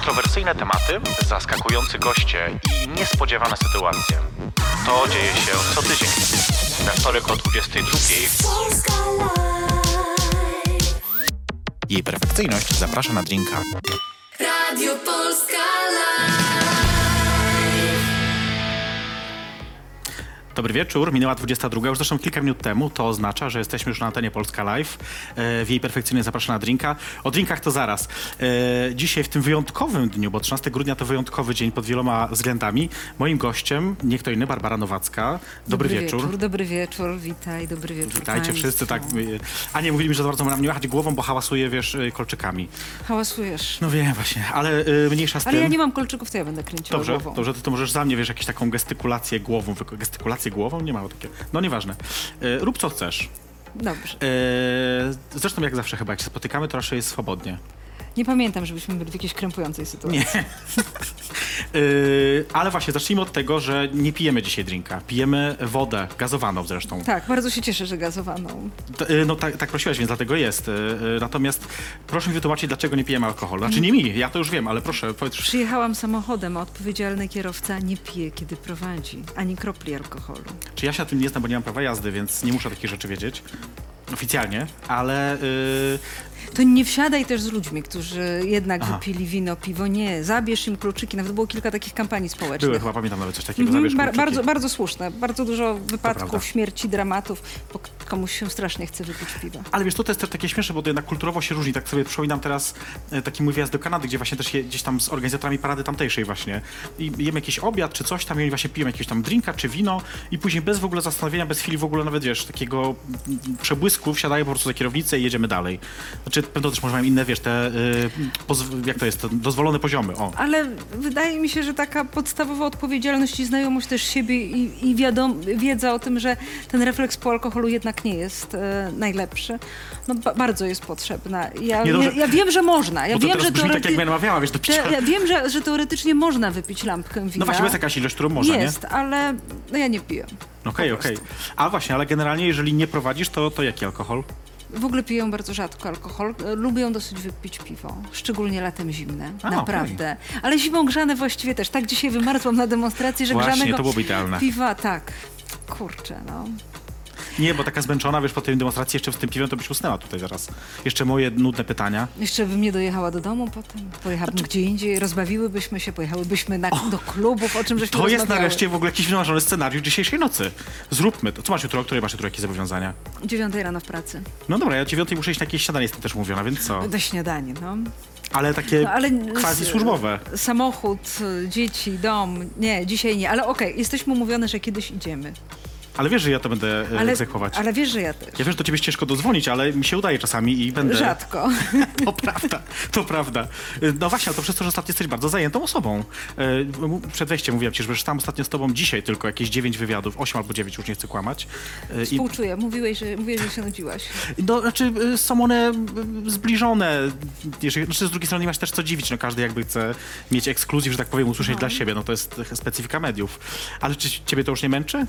Kontrowersyjne tematy, zaskakujący goście i niespodziewane sytuacje. To dzieje się co tydzień. We wtorek o 22:00. Jej perfekcyjność zaprasza na drinka. Radio Polska Live. Dobry wieczór, minęła 22, już zresztą kilka minut temu. To oznacza, że jesteśmy już na antenie Polska Live. W jej perfekcyjnie zapraszam na drinka. O drinkach to zaraz. Dzisiaj w tym wyjątkowym dniu, bo 13 grudnia to wyjątkowy dzień pod wieloma względami. Moim gościem nie kto inny, Barbara Nowacka. Dobry wieczór. Dobry wieczór, witaj, dobry wieczór. Witajcie państwu. wszyscy. Tak. A nie, mówili mi, że za bardzo mam nie machać głową, bo hałasuję, wiesz, kolczykami. Hałasujesz. No wiem właśnie, ale mniejsza z tym. Ale ja nie mam kolczyków, to ja będę kręciła Dobrze, głową. dobrze, to możesz za mnie, wiesz, jakąś taką gestykulację głową. Gestykulację głową? Nie ma takiego. No nieważne. Rób co chcesz. Dobrze. Zresztą jak zawsze chyba, jak się spotykamy, to raczej jest swobodnie. Nie pamiętam, żebyśmy byli w jakiejś krępującej sytuacji. Nie. Ale właśnie, zacznijmy od tego, że nie pijemy dzisiaj drinka. Pijemy wodę, gazowaną zresztą. Tak, bardzo się cieszę, że gazowaną. No tak prosiłaś, więc dlatego jest. Natomiast proszę mi wytłumaczyć, dlaczego nie pijemy alkoholu. Znaczy nie mi, ja to już wiem, ale proszę, powiedz. Przyjechałam samochodem, a odpowiedzialny kierowca nie pije, kiedy prowadzi. Ani kropli alkoholu. Czy ja się na tym nie znam, bo nie mam prawa jazdy, więc nie muszę takich rzeczy wiedzieć. Oficjalnie, ale... To nie wsiadaj też z ludźmi, którzy jednak Aha. wypili wino, piwo. Nie, zabierz im kluczyki. Nawet było kilka takich kampanii społecznych. Były, chyba pamiętam nawet coś takiego. Zabierz kluczyki. Bardzo słuszne. Bardzo dużo prawda. wypadków, śmierci, dramatów, bo komuś się strasznie chce wypić piwa. Ale wiesz, to jest też takie śmieszne, bo to jednak kulturowo się różni. Tak sobie przypominam teraz taki mój wyjazd do Kanady, gdzie właśnie też gdzieś tam z organizatorami parady tamtejszej właśnie. I jemy jakiś obiad czy coś tam i oni właśnie piją jakiegoś tam drinka czy wino i później bez w ogóle zastanowienia, bez chwili w ogóle nawet, wiesz, takiego przebłysku wsiadają po prostu za kierownicę i jedziemy dalej. Znaczy, pewno też może mają inne, wiesz, te, jak to jest, to dozwolone poziomy, o. Ale wydaje mi się, że taka podstawowa odpowiedzialność i znajomość też siebie i wiedza o tym, że ten refleks po alkoholu jednak nie jest najlepszy, no bardzo jest potrzebna. Ja wiem, że można. Ja Bo to wiem, teraz że brzmi tak, jak mnie namawiała, wiesz, do picia. Ja wiem, że teoretycznie można wypić lampkę wina. No właśnie, jest jakaś ilość, którą można, jest, ale no ja nie piję. Okej. A właśnie, ale generalnie, jeżeli nie prowadzisz, to jaki alkohol? W ogóle piję bardzo rzadko alkohol. Lubię dosyć wypić piwo, szczególnie latem zimne. A, naprawdę. Ale zimą grzane właściwie też. Tak dzisiaj wymarzłam na demonstracji, że Właśnie, grzanego to byłoby idealne. piwa, tak. Kurczę, no. Nie, bo taka zmęczona, wiesz, po tej demonstracji jeszcze z tym piwem to byś usnęła tutaj zaraz. Jeszcze moje nudne pytania. Jeszcze bym nie dojechała do domu potem. Pojechałabym gdzie indziej, rozbawiłybyśmy się, pojechałybyśmy do klubów, o czym żeśmy To jest rozmawiały. nareszcie w ogóle jakiś wymarzony scenariusz dzisiejszej nocy. Zróbmy to. Co masz jutro? O której masz jutro jakieś zobowiązania? 9 rano w pracy. No dobra, ja o 9 muszę iść na jakieś śniadanie, jestem też umówiona, więc co? Do śniadania, no. Ale takie No, ale quasi służbowe. Samochód, dzieci, dom. Nie, dzisiaj nie. Ale okej, jesteśmy umówione, że kiedyś idziemy. Ale wiesz, że ja to będę egzekwować. Ale wiesz, że ja też. Ja wiem, że do ciebie ciężko dodzwonić, ale mi się udaje czasami i będę... Rzadko. To prawda. No właśnie, ale to przez to, że ostatnio jesteś bardzo zajętą osobą. Przed wejściem mówiłem ci, że tam ostatnio z tobą dzisiaj tylko jakieś 9 wywiadów, 8 albo 9, już nie chcę kłamać. Współczuję. Mówiłeś, że się nudziłaś. No, znaczy są one zbliżone. Znaczy, z drugiej strony nie masz też co dziwić, no każdy jakby chce mieć ekskluzyw, że tak powiem, usłyszeć dla siebie, no to jest specyfika mediów. Ale czy ciebie to już nie męczy?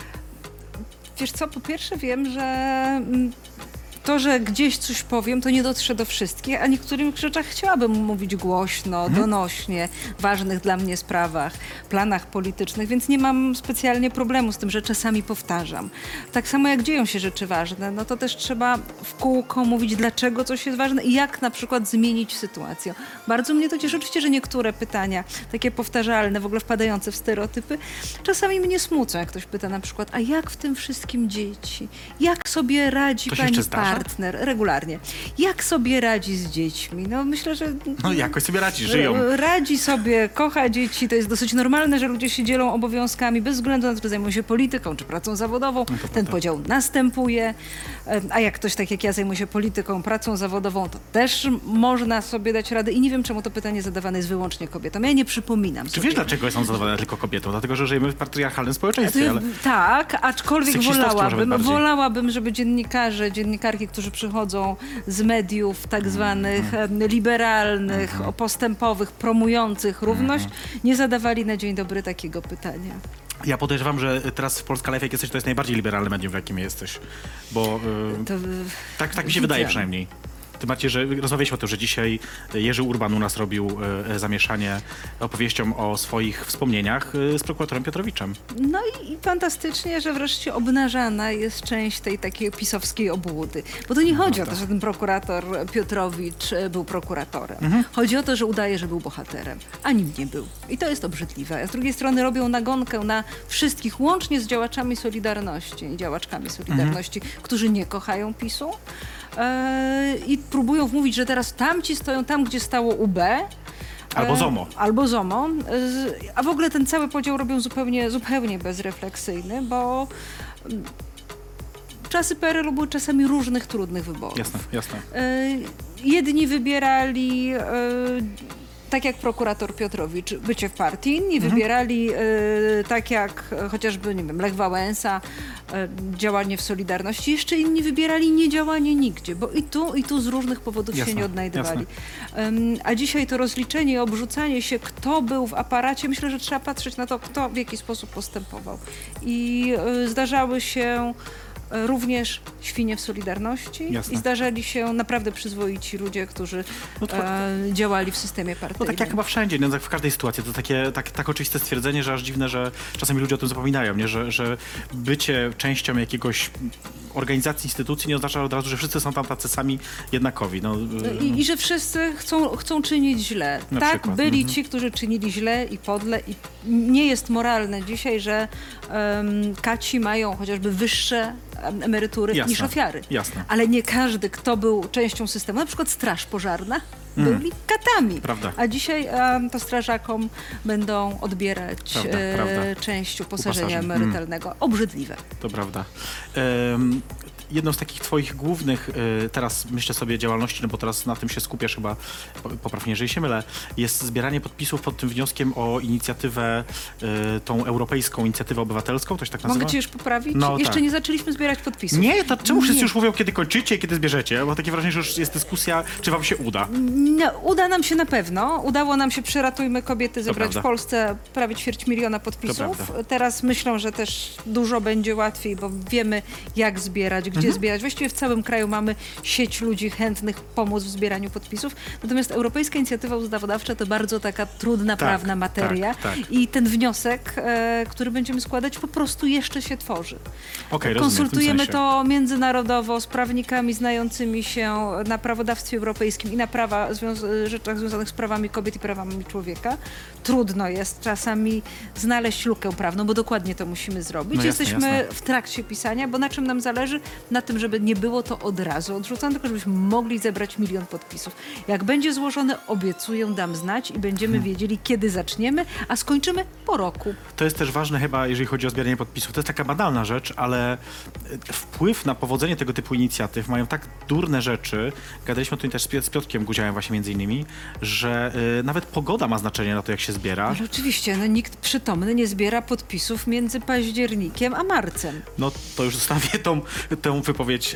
Wiesz co, po pierwsze wiem, że to, że gdzieś coś powiem, to nie dotrze do wszystkich, a niektórych rzeczach chciałabym mówić głośno, donośnie, ważnych dla mnie sprawach, planach politycznych, więc nie mam specjalnie problemu z tym, że czasami powtarzam. Tak samo jak dzieją się rzeczy ważne, no to też trzeba w kółko mówić, dlaczego coś jest ważne i jak na przykład zmienić sytuację. Bardzo mnie to cieszy. Oczywiście, że niektóre pytania, takie powtarzalne, w ogóle wpadające w stereotypy, czasami mnie smucą, jak ktoś pyta na przykład, a jak w tym wszystkim dzieci? Jak sobie radzi To się pani jeszcze zdarza? partner? Regularnie. Jak sobie radzi z dziećmi? No myślę, że No jakoś sobie radzi, żyją. radzi sobie, kocha dzieci. To jest dosyć normalne, że ludzie się dzielą obowiązkami bez względu na to, czy zajmują się polityką, czy pracą zawodową. Ten podział następuje. A jak ktoś tak jak ja zajmuje się polityką, pracą zawodową, to też można sobie dać radę. I nie wiem, czemu to pytanie zadawane jest wyłącznie kobietom. Ja nie przypominam Czy sobie. wiesz, dlaczego są zadawane tylko kobietą? Dlatego, że żyjemy w patriarchalnym społeczeństwie, ale... Tak, aczkolwiek Seksistowskie może być bardziej. wolałabym, żeby dziennikarze, dziennikarki, którzy przychodzą z mediów tak zwanych liberalnych, postępowych, promujących równość, nie zadawali na dzień dobry takiego pytania. Ja podejrzewam, że teraz w Polska Live, jak jesteś, to jest najbardziej liberalne medium, w jakim jesteś. Bo To, tak mi się widzę. wydaje przynajmniej. Tym bardziej, że rozmawialiśmy o tym, że dzisiaj Jerzy Urban u nas robił zamieszanie opowieścią o swoich wspomnieniach z prokuratorem Piotrowiczem. No i fantastycznie, że wreszcie obnażana jest część tej takiej pisowskiej obłudy. Bo to nie chodzi o to, że ten prokurator Piotrowicz był prokuratorem. Chodzi o to, że udaje, że był bohaterem, a nim nie był. I to jest obrzydliwe. A z drugiej strony robią nagonkę na wszystkich, łącznie z działaczami Solidarności i działaczkami Solidarności, którzy nie kochają PiS-u i próbują wmówić, że teraz tamci stoją tam, gdzie stało UB. Albo ZOMO. Albo ZOMO. A w ogóle ten cały podział robią zupełnie bezrefleksyjny, bo czasy PRL-u były czasami różnych trudnych wyborów. Jasne. Jedni wybierali, tak jak prokurator Piotrowicz, bycie w partii, inni wybierali, tak jak chociażby, nie wiem, Lech Wałęsa, działanie w Solidarności, jeszcze inni wybierali niedziałanie nigdzie, bo i tu z różnych powodów się nie odnajdywali. A dzisiaj to rozliczenie i obrzucanie się, kto był w aparacie, myślę, że trzeba patrzeć na to, kto w jaki sposób postępował. I zdarzały się również świnie w Solidarności i zdarzali się naprawdę przyzwoici ludzie, którzy działali w systemie No partyjnym. tak jak chyba wszędzie, nie? Tak w każdej sytuacji. To takie tak oczywiste stwierdzenie, że aż dziwne, że czasami ludzie o tym zapominają, nie? Że bycie częścią jakiegoś organizacji, instytucji nie oznacza od razu, że wszyscy są tam tacy sami jednakowi. No, I że wszyscy chcą czynić źle. Na Tak, przykład. byli ci, którzy czynili źle i podle i nie jest moralne dzisiaj, że kaci mają chociażby wyższe emerytury niż ofiary. Jasne. Ale nie każdy, kto był częścią systemu, na przykład straż pożarna, byli katami. Prawda. A dzisiaj to strażakom będą odbierać część uposażenia emerytalnego. Obrzydliwe. To prawda. Jedną z takich twoich głównych, teraz myślę sobie, działalności, no bo teraz na tym się skupiasz chyba, poprawnie, jeżeli się mylę, jest zbieranie podpisów pod tym wnioskiem o inicjatywę, tą europejską inicjatywę obywatelską, to się tak nazywa? Mogę cię już poprawić? No, Jeszcze tak. nie zaczęliśmy zbierać podpisów. Nie, to czemu wszyscy Nie. już mówią, kiedy kończycie, kiedy zbierzecie? Bo takie wrażenie, że już jest dyskusja, czy wam się uda. No, uda nam się na pewno. Udało nam się przy Ratujmy Kobiety zebrać w prawda. Polsce prawie 250 000 To podpisów. prawda. Teraz myślę, że też dużo będzie łatwiej, bo wiemy, jak zbierać, gdzie zbierać. Właściwie w całym kraju mamy sieć ludzi chętnych pomóc w zbieraniu podpisów. Natomiast Europejska Inicjatywa Ustawodawcza to bardzo taka trudna, prawna materia. tak. I ten wniosek, który będziemy składać, po prostu jeszcze się tworzy. Okej, rozumiem, w tym Konsultujemy sensie. to międzynarodowo z prawnikami znającymi się na prawodawstwie europejskim i na rzeczach związanych z prawami kobiet i prawami człowieka. Trudno jest czasami znaleźć lukę prawną, bo dokładnie to musimy zrobić. No jasne, Jesteśmy jasne. w trakcie pisania, bo na czym nam zależy? Na tym, żeby nie było to od razu odrzucone, tylko żebyśmy mogli zebrać 1 000 000 podpisów. Jak będzie złożone, obiecuję, dam znać i będziemy wiedzieli, kiedy zaczniemy, a skończymy po roku. To jest też ważne chyba, jeżeli chodzi o zbieranie podpisów. To jest taka banalna rzecz, ale wpływ na powodzenie tego typu inicjatyw mają tak durne rzeczy, gadaliśmy o tym też z Piotrkiem Gudziałem właśnie między innymi, że nawet pogoda ma znaczenie na to, jak się zbiera. Ale oczywiście, no, nikt przytomny nie zbiera podpisów między październikiem a marcem. No to już zostawię tą wypowiedź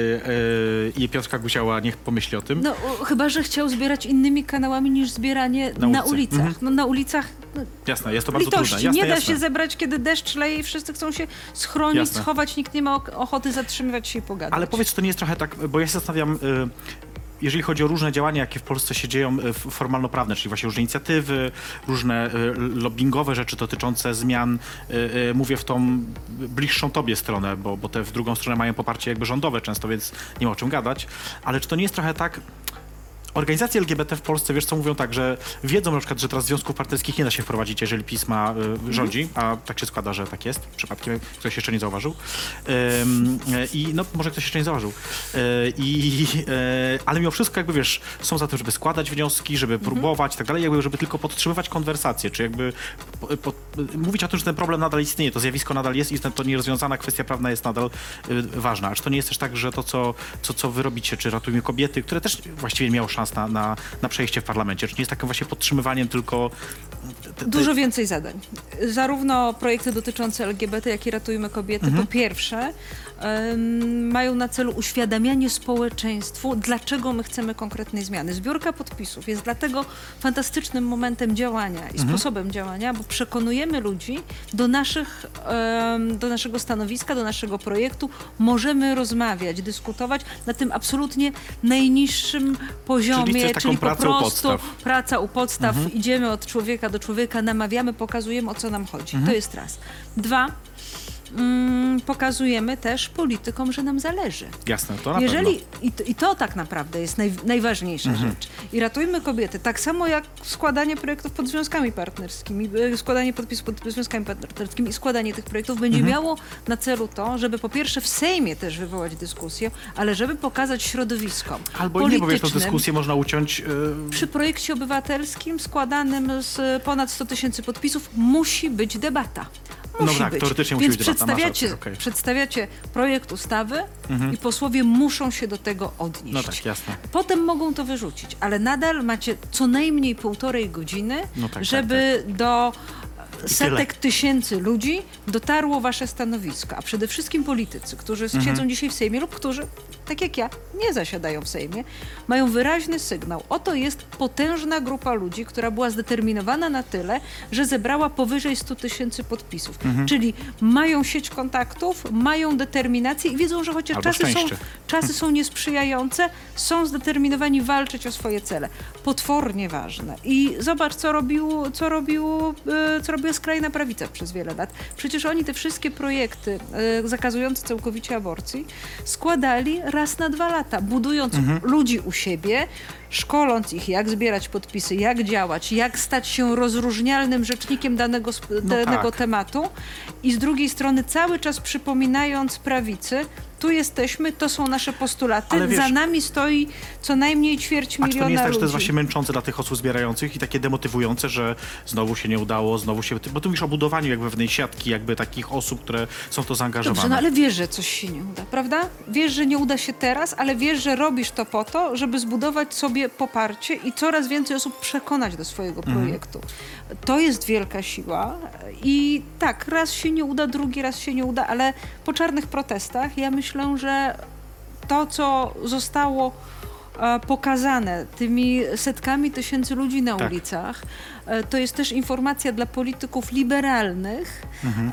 i Piotrka Guziała, niech pomyśli o tym. No chyba, że chciał zbierać innymi kanałami niż zbieranie na ulicy. ulicach. No na ulicach Jasne, jest to bardzo litości. trudne. Jasne, Nie da jasne. się zebrać, kiedy deszcz leje i wszyscy chcą się schronić, Jasne. schować, nikt nie ma ochoty zatrzymywać się i pogadać. Ale powiedz, czy to nie jest trochę tak, bo ja się zastanawiam, jeżeli chodzi o różne działania, jakie w Polsce się dzieją formalno-prawne, czyli właśnie różne inicjatywy, różne lobbyingowe rzeczy dotyczące zmian, mówię w tą bliższą tobie stronę, bo te w drugą stronę mają poparcie jakby rządowe często, więc nie ma o czym gadać, ale czy to nie jest trochę tak, organizacje LGBT w Polsce, wiesz co, mówią tak, że wiedzą na przykład, że teraz związków partnerskich nie da się wprowadzić, jeżeli PiS ma rządzi, a tak się składa, że tak jest. Przypadkiem ktoś jeszcze nie zauważył. I no, może ktoś jeszcze nie zauważył. Ale mimo wszystko, jakby wiesz, są za tym, żeby składać wnioski, żeby próbować i tak dalej, jakby żeby tylko podtrzymywać konwersację, czy jakby mówić o tym, że ten problem nadal istnieje, to zjawisko nadal jest i to nierozwiązana kwestia prawna jest nadal ważna. A czy to nie jest też tak, że to, co wy robicie, czy Ratujmy Kobiety, które też właściwie miało szansę szans na przejście w parlamencie? Czy nie jest takim właśnie podtrzymywaniem tylko... Dużo więcej zadań. Zarówno projekty dotyczące LGBT, jak i Ratujmy Kobiety, po pierwsze, mają na celu uświadamianie społeczeństwu, dlaczego my chcemy konkretnej zmiany. Zbiórka podpisów jest dlatego fantastycznym momentem działania i sposobem działania, bo przekonujemy ludzi do naszego stanowiska, do naszego projektu. Możemy rozmawiać, dyskutować na tym absolutnie najniższym poziomie, chcesz taką czyli po pracę u prostu podstaw. praca u podstaw. Idziemy od człowieka do człowieka, namawiamy, pokazujemy, o co nam chodzi. To jest raz. Dwa, pokazujemy też politykom, że nam zależy. Jasne, to na Jeżeli, pewno. i to tak naprawdę jest najważniejsza rzecz. I Ratujmy Kobiety, tak samo jak składanie projektów pod związkami partnerskimi, składanie podpisów pod związkami partnerskimi i składanie tych projektów będzie miało na celu to, żeby po pierwsze w Sejmie też wywołać dyskusję, ale żeby pokazać środowiskom Albo i nie, bo wiesz, tą politycznym, dyskusję można uciąć... przy projekcie obywatelskim składanym z ponad 100 000 podpisów musi być debata. Musi tak, być. teoretycznie musi Więc być debata, masz rację, okej. przedstawiacie projekt ustawy i posłowie muszą się do tego odnieść. No tak, jasne. Potem mogą to wyrzucić, ale nadal macie co najmniej 1,5 godziny, No tak, żeby do setek tyle. tysięcy ludzi dotarło wasze stanowisko, a przede wszystkim politycy, którzy siedzą dzisiaj w Sejmie lub którzy, tak jak ja, nie zasiadają w Sejmie, mają wyraźny sygnał. Oto jest potężna grupa ludzi, która była zdeterminowana na tyle, że zebrała powyżej 100 000 podpisów. Czyli mają sieć kontaktów, mają determinację i wiedzą, że chociaż Albo szczęście. czasy są niesprzyjające, są zdeterminowani walczyć o swoje cele. Potwornie ważne. I zobacz, co robiła skrajna prawica przez wiele lat. Przecież oni te wszystkie projekty zakazujące całkowicie aborcji składali raz na 2 lata, budując ludzi u siebie, szkoląc ich, jak zbierać podpisy, jak działać, jak stać się rozróżnialnym rzecznikiem danego tak. tematu i z drugiej strony cały czas przypominając prawicy, tu jesteśmy, to są nasze postulaty, Ale wiesz, za nami stoi co najmniej 250 A czy to nie jest miliona tak, że to jest ludzi. właśnie męczące dla tych osób zbierających i takie demotywujące, że znowu się nie udało, bo ty mówisz o budowaniu jakby pewnej siatki, jakby takich osób, które są w to zaangażowane. Dobrze, no ale wiesz, że coś się nie uda, prawda? Wiesz, że nie uda się teraz, ale wiesz, że robisz to po to, żeby zbudować sobie poparcie i coraz więcej osób przekonać do swojego projektu. To jest wielka siła i tak, raz się nie uda, drugi raz się nie uda, ale po czarnych protestach ja myślę, że to, co zostało pokazane tymi setkami tysięcy ludzi na Tak. ulicach, to jest też informacja dla polityków liberalnych,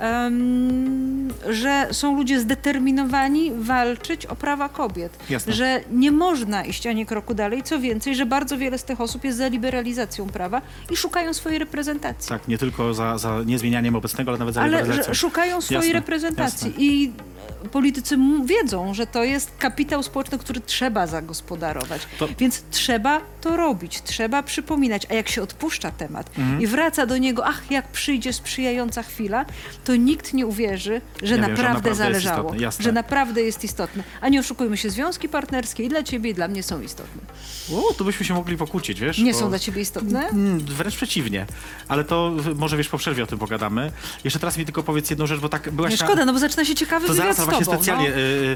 że są ludzie zdeterminowani walczyć o prawa kobiet. Jasne. Że nie można iść ani kroku dalej. Co więcej, że bardzo wiele z tych osób jest za liberalizacją prawa i szukają swojej reprezentacji. Tak, nie tylko za niezmienianiem obecnego, ale nawet za Ale liberalizacją. że szukają swojej Jasne, reprezentacji jasne. i politycy wiedzą, że to jest kapitał społeczny, który trzeba zagospodarować. Więc trzeba to robić, trzeba przypominać. A jak się odpuszcza temat i wraca do niego, jak przyjdzie sprzyjająca chwila, to nikt nie uwierzy, że Ja wiem, że naprawdę jest zależało, istotne, jasne. że naprawdę jest istotne. A nie oszukujmy się, związki partnerskie i dla ciebie, i dla mnie są istotne. To byśmy się mogli pokłócić, wiesz? Nie bo... są dla ciebie istotne? Wręcz przeciwnie. Ale to może, wiesz, po przerwie o tym pogadamy. Jeszcze teraz mi tylko powiedz jedną rzecz, bo tak byłaś... Nie szkoda, no bo zaczyna się ciekawy To wywiad zaraz, z właśnie tobą. specjalnie.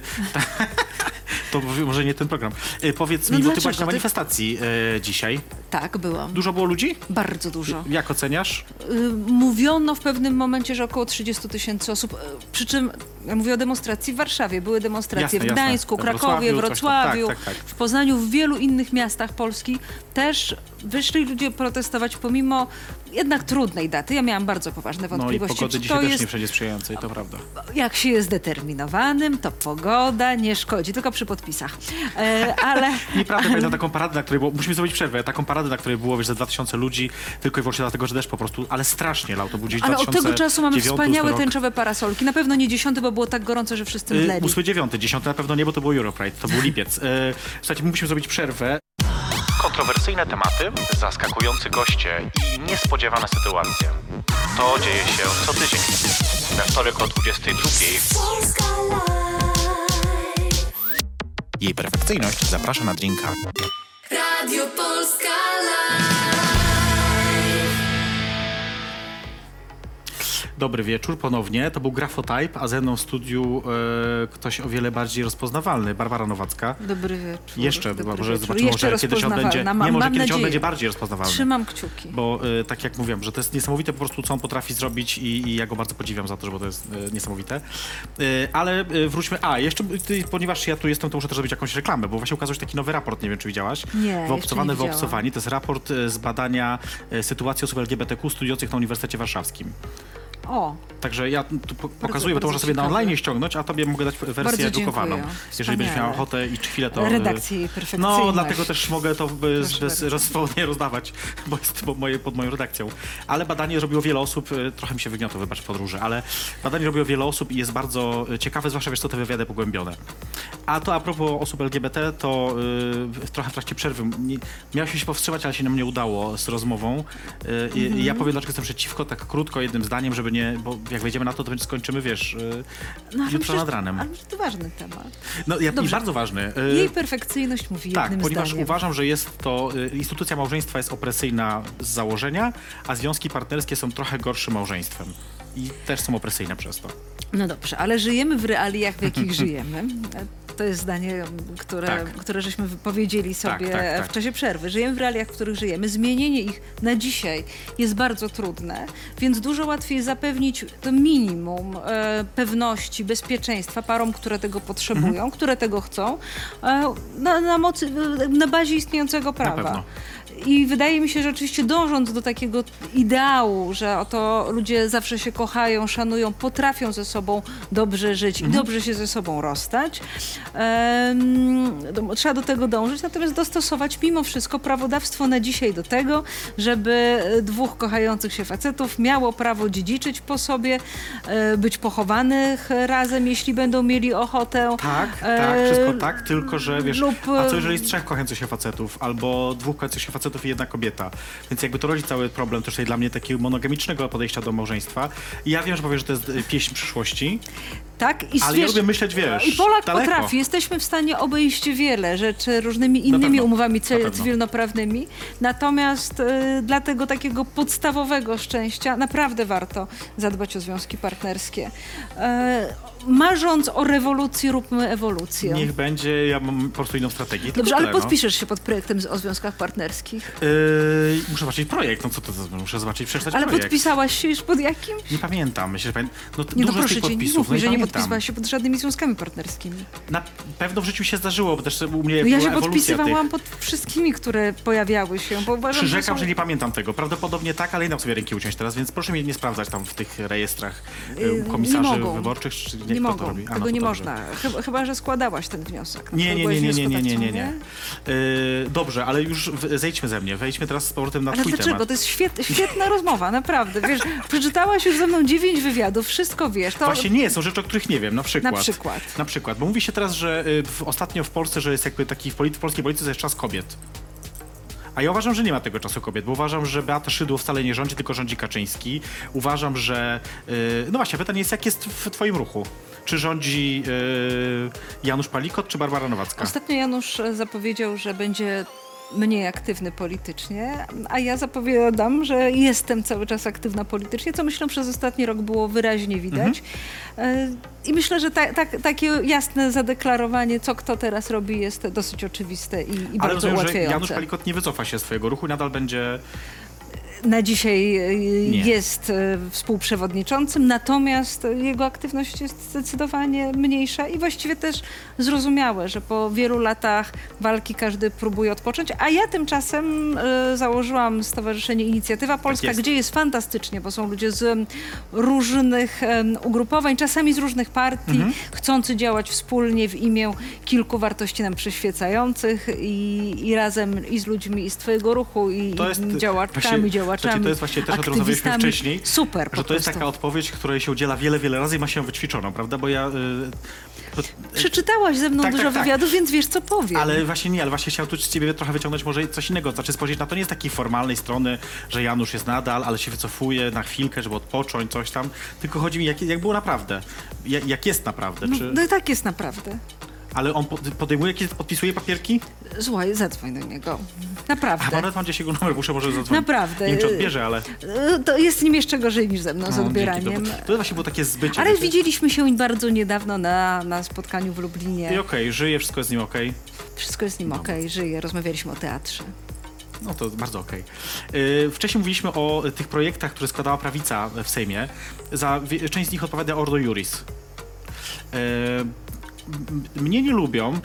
To może nie ten program. Powiedz No mi, bo ty dlaczego? byłaś na Ty- manifestacji dzisiaj. Tak, byłam. Dużo było ludzi? Bardzo dużo. Jak oceniasz? Mówiono w pewnym momencie, że około 30 000 osób, przy czym ja mówię o demonstracji w Warszawie, były demonstracje Jasne, w Gdańsku, jasne. Krakowie, Wrocławiu, coś tam. Wrocławiu, Tak. w Poznaniu, w wielu innych miastach Polski też wyszli ludzie protestować pomimo jednak trudnej daty. Ja miałam bardzo poważne No i wątpliwości, pogody czy dzisiaj to też jest, nie wszędzie sprzyjającej, to prawda. jak się jest zdeterminowanym, to pogoda nie szkodzi, tylko przy podpisach. Ale... Nieprawda, pamiętam taką paradę, na której było, musimy zrobić przerwę, taką paradę, na której było, wiesz, ze 2000 ludzi, tylko i wyłącznie dlatego, że deszcz po prostu, ale strasznie lał, to był gdzieś Ale od 2009, tego czasu mamy wspaniałe rok. tęczowe parasolki. Na pewno nie 10, bo było tak gorąco, że wszyscy mdleli. 8, 9, 10 na pewno nie, bo to było Europride, to był lipiec. Słuchajcie, musimy zrobić przerwę. Kontrowersyjne tematy, zaskakujący goście i niespodziewane sytuacje. To dzieje się co tydzień. We wtorek o 22:00. Polska Live. Jej perfekcyjność zaprasza na drinka. Radio Polska Live. Dobry wieczór ponownie. To był Grafotype, a ze mną w studiu ktoś o wiele bardziej rozpoznawalny, Barbara Nowacka. Dobry wieczór. Jeszcze, dobry może wieczór. zobaczymy, Jeszcze może kiedyś on będzie, rozpoznawalna. nie, może Mam kiedyś on nadzieję. będzie bardziej rozpoznawalny. Trzymam kciuki. Bo tak jak mówiłem, że to jest niesamowite po prostu, co on potrafi zrobić i ja go bardzo podziwiam za to, bo to jest niesamowite. Ale wróćmy, jeszcze ponieważ ja tu jestem, to muszę też zrobić jakąś reklamę, bo właśnie ukazał się taki nowy raport, nie wiem czy widziałaś. Nie, Wyobcowane, jeszcze nie wyobcowani. To jest raport z badania sytuacji osób LGBTQ studiujących na Uniwersytecie Warszawskim. O, Także ja tu pokazuję, bo to bardzo można sobie na ciekawe. online ściągnąć, a tobie mogę dać wersję Bardzo drukowaną. dziękuję. Jeżeli będziesz miała Wspaniale. ochotę i chwilę, to... redakcja jej perfekcyjność. No, dlatego też mogę to bez bardzo. rozsłownie rozdawać, bo jest pod moją redakcją. Ale badanie robiło wiele osób, trochę mi się wygniotło, wybacz, w podróży, ale badanie robiło wiele osób i jest bardzo ciekawe, zwłaszcza wiesz co, te wywiady pogłębione. A to a propos osób LGBT, to trochę w trakcie przerwy miałem się powstrzymać, ale się nam nie udało z rozmową. I ja powiem, dlaczego jestem przeciwko, tak krótko, jednym zdaniem, żeby nie, bo jak wejdziemy na to skończymy, wiesz, No, ale jutro przecież- nad ranem. Ale to ważny temat. No, i Dobrze. bardzo ważny. Jej perfekcyjność mówi Tak, jednym ponieważ zdaniem. uważam, że jest to, instytucja małżeństwa jest opresyjna z założenia, a związki partnerskie są trochę gorszym małżeństwem. I też są opresyjne przez to. No dobrze, ale żyjemy w realiach, w jakich żyjemy. To jest zdanie, Tak. które żeśmy powiedzieli sobie tak. w czasie przerwy. Żyjemy w realiach, w których żyjemy. Zmienienie ich na dzisiaj jest bardzo trudne, więc dużo łatwiej zapewnić to minimum pewności, bezpieczeństwa parom, które tego potrzebują, które tego chcą, na bazie istniejącego prawa. pewno. I wydaje mi się, że oczywiście dążąc do takiego ideału, że oto ludzie zawsze się kochają, szanują, potrafią ze sobą dobrze żyć i dobrze się ze sobą rozstać, trzeba do tego dążyć, natomiast dostosować mimo wszystko prawodawstwo na dzisiaj do tego, żeby dwóch kochających się facetów miało prawo dziedziczyć po sobie, być pochowanych razem, jeśli będą mieli ochotę. Tak, wszystko tak, tylko że wiesz, a co jeżeli jest trzech kochających się facetów, albo dwóch kochających się facetów i jedna kobieta. Więc jakby to rodzi cały problem też tutaj dla mnie takiego monogamicznego podejścia do małżeństwa. I ja wiem, że powiesz, że to jest pieśń przyszłości, Tak, i ale ja lubię myśleć, wiesz, I Polak daleko. potrafi. Jesteśmy w stanie obejść wiele rzeczy różnymi innymi pewno, umowami na pewno. cywilnoprawnymi. Natomiast dla tego takiego podstawowego szczęścia naprawdę warto zadbać o związki partnerskie. Marząc o rewolucji, róbmy ewolucję. Niech będzie, ja mam po prostu inną strategię. Tylko Dobrze, ale tyle, no. podpiszesz się pod projektem o związkach partnerskich. Muszę zobaczyć projekt, no co to za... Muszę zobaczyć, przeczytać Ale projekt. podpisałaś się już pod jakim? Nie pamiętam, myślę, że pamiętam. No, Nie, dużo to z proszę tych cię, nie podpisów, mów mi, że nie pamiętam. podpisałaś się pod żadnymi związkami partnerskimi. Na pewno w życiu się zdarzyło, bo też u mnie No ja była się ewolucja podpisywałam tych. pod wszystkimi, które pojawiały się, bo uważam, Przyrzekam, są... że nie pamiętam tego. Prawdopodobnie tak, ale nie dam sobie ręki uciąć teraz, więc proszę mnie nie sprawdzać tam w tych rejestrach komisarzy nie mogą. wyborczych. Czy Nie kto to mogą, robi? tego to nie dobrze. można. Chyba, że składałaś ten wniosek. Nie. Byłaś wnioskodawcą, Dobrze, ale już zejdźmy ze mnie. Wejdźmy teraz z powrotem na Ale twój dlaczego? temat. To jest świetna rozmowa, naprawdę. Wiesz, przeczytałaś już ze mną 9 wywiadów, wszystko wiesz. To... Właśnie nie, są rzeczy, o których nie wiem, na przykład. Na przykład. Bo mówi się teraz, że ostatnio w Polsce, że jest jakby taki w polskiej polityce jest czas kobiet. A ja uważam, że nie ma tego czasu kobiet, bo uważam, że Beata Szydło wcale nie rządzi, tylko rządzi Kaczyński. Uważam, że... no właśnie, pytanie jest, jak jest w twoim ruchu? Czy rządzi Janusz Palikot, czy Barbara Nowacka? Ostatnio Janusz zapowiedział, że będzie mniej aktywny politycznie, a ja zapowiadam, że jestem cały czas aktywna politycznie, co myślę przez ostatni rok było wyraźnie widać. I myślę, że takie jasne zadeklarowanie, co kto teraz robi, jest dosyć oczywiste i Ale bardzo rozumiem, że ułatwiające. Janusz Palikot nie wycofa się z twojego ruchu, nadal będzie... Na dzisiaj Nie. jest współprzewodniczącym, natomiast jego aktywność jest zdecydowanie mniejsza i właściwie też zrozumiałe, że po wielu latach walki każdy próbuje odpocząć, a ja tymczasem założyłam Stowarzyszenie Inicjatywa Polska, jest. gdzie jest fantastycznie, bo są ludzie z różnych ugrupowań, czasami z różnych partii, chcący działać wspólnie w imię kilku wartości nam przyświecających i razem i z ludźmi i z twojego ruchu i To jest działaczkami, działaczami, to jest właśnie też, o tym rozmawialiśmy aktywistami. wcześniej, Super, że po to jest prostu. taka odpowiedź, której się udziela wiele razy i ma się ją wyćwiczoną, prawda? Bo ja... Przeczytałaś ze mną Tak, dużo tak, tak. wywiadów, więc wiesz, co powiem. Ale właśnie nie, ale właśnie chciałem tu z ciebie trochę wyciągnąć może coś innego, znaczy spojrzeć na to nie z takiej formalnej strony, że Janusz jest nadal, ale się wycofuje na chwilkę, żeby odpocząć, coś tam, tylko chodzi mi, jak było naprawdę, jak jest naprawdę, czy... No i tak jest naprawdę. Ale on podejmuje jakieś, podpisuje papierki? Słuchaj, zadzwoń do niego. A Naprawdę. nawet mam gdzieś jego numer, muszę może zadzwonić. Naprawdę. Nie wiem, czy odbierze, ale... To jest nim jeszcze gorzej niż ze mną z No, odbieraniem. dzięki, to właśnie było takie zbycie. Ale wiecie? widzieliśmy się bardzo niedawno na spotkaniu w Lublinie. I okej, żyje, wszystko jest z nim okej. Wszystko jest z nim okej, żyje. Rozmawialiśmy o teatrze. No to bardzo okej. Wcześniej mówiliśmy o tych projektach, które składała prawica w Sejmie. Za część z nich odpowiada Ordo Iuris. Mnie nie lubią.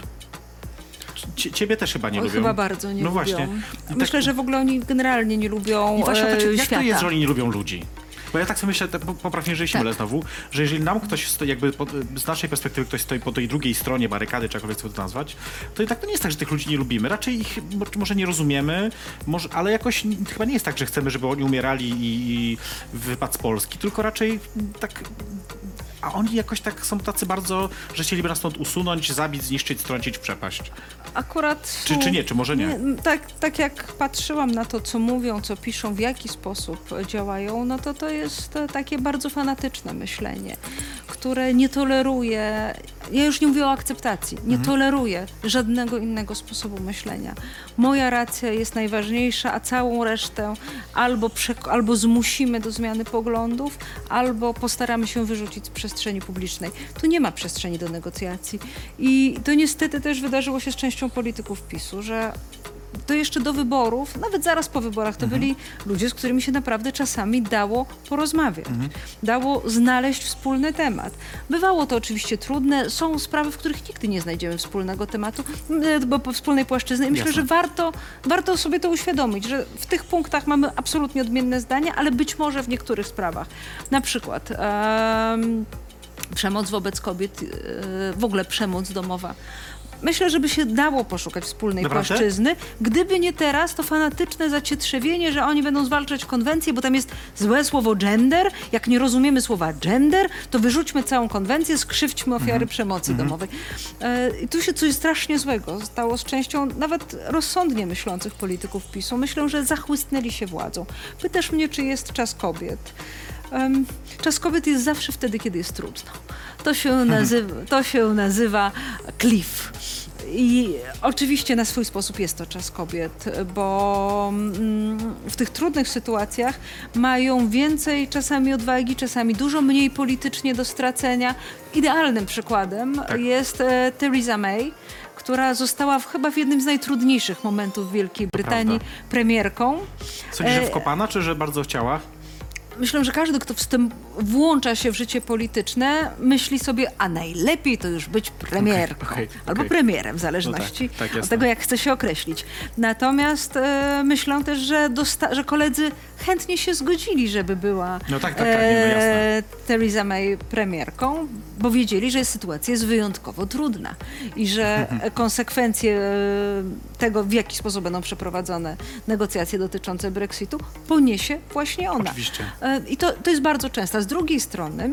Ciebie też chyba nie Oj, lubią. chyba bardzo nie No lubią. właśnie. I Myślę, tak- że w ogóle oni generalnie nie lubią I właśnie jak świata. to jest, że oni nie lubią ludzi? Bo ja tak sobie myślę, poprawnie, jeżeli się Tak. mylę znowu, że jeżeli nam ktoś stoi, jakby z naszej perspektywy ktoś stoi po tej drugiej stronie barykady, czy jakkolwiek chcemy to nazwać, to i tak to nie jest tak, że tych ludzi nie lubimy. Raczej ich może nie rozumiemy, ale jakoś chyba nie jest tak, że chcemy, żeby oni umierali i wypadł z Polski, tylko raczej tak... A oni jakoś tak są tacy bardzo, że chcieliby nas stąd usunąć, zabić, zniszczyć, strącić w przepaść. Akurat... Czy nie, czy może nie? Tak jak patrzyłam na to, co mówią, co piszą, w jaki sposób działają, no to jest takie bardzo fanatyczne myślenie, które nie toleruje, ja już nie mówię o akceptacji, nie toleruje żadnego innego sposobu myślenia. Moja racja jest najważniejsza, a całą resztę albo zmusimy do zmiany poglądów, albo postaramy się wyrzucić z przestrzeni publicznej. Tu nie ma przestrzeni do negocjacji. I to niestety też wydarzyło się z częścią polityków PiS-u, że to jeszcze do wyborów, nawet zaraz po wyborach, to byli ludzie, z którymi się naprawdę czasami dało porozmawiać. Dało znaleźć wspólny temat. Bywało to oczywiście trudne, są sprawy, w których nigdy nie znajdziemy wspólnego tematu, bo wspólnej płaszczyzny i myślę, Jasne. że warto sobie to uświadomić, że w tych punktach mamy absolutnie odmienne zdania, ale być może w niektórych sprawach. Na przykład przemoc wobec kobiet, w ogóle przemoc domowa. Myślę, że by się dało poszukać wspólnej Naprawdę? płaszczyzny, gdyby nie teraz to fanatyczne zacietrzewienie, że oni będą zwalczać konwencję, bo tam jest złe słowo gender. Jak nie rozumiemy słowa gender, to wyrzućmy całą konwencję, skrzywdźmy ofiary przemocy domowej. I tu się coś strasznie złego stało z częścią nawet rozsądnie myślących polityków PiS-u. Myślę, że zachłysnęli się władzą. Pytasz mnie, czy jest czas kobiet. Czas kobiet jest zawsze wtedy, kiedy jest trudno. To się nazywa cliff. I oczywiście na swój sposób jest to czas kobiet, bo w tych trudnych sytuacjach mają więcej czasami odwagi, czasami dużo mniej politycznie do stracenia. Idealnym przykładem jest Theresa May, która została chyba w jednym z najtrudniejszych momentów w Wielkiej Brytanii premierką. Sądzisz, że wkopana, czy że bardzo chciała? Myślę, że każdy, kto włącza się w życie polityczne, myśli sobie, a najlepiej to już być premierką. Okej. Albo premierem, w zależności No tak, od jasne. tego, jak chce się określić. Natomiast myślę też, że koledzy chętnie się zgodzili, żeby była No tak, nie, no jasne. Theresa May premierką, bo wiedzieli, że sytuacja jest wyjątkowo trudna i że konsekwencje tego, w jaki sposób będą przeprowadzone negocjacje dotyczące Brexitu, poniesie właśnie ona. Oczywiście. I to jest bardzo często. A z drugiej strony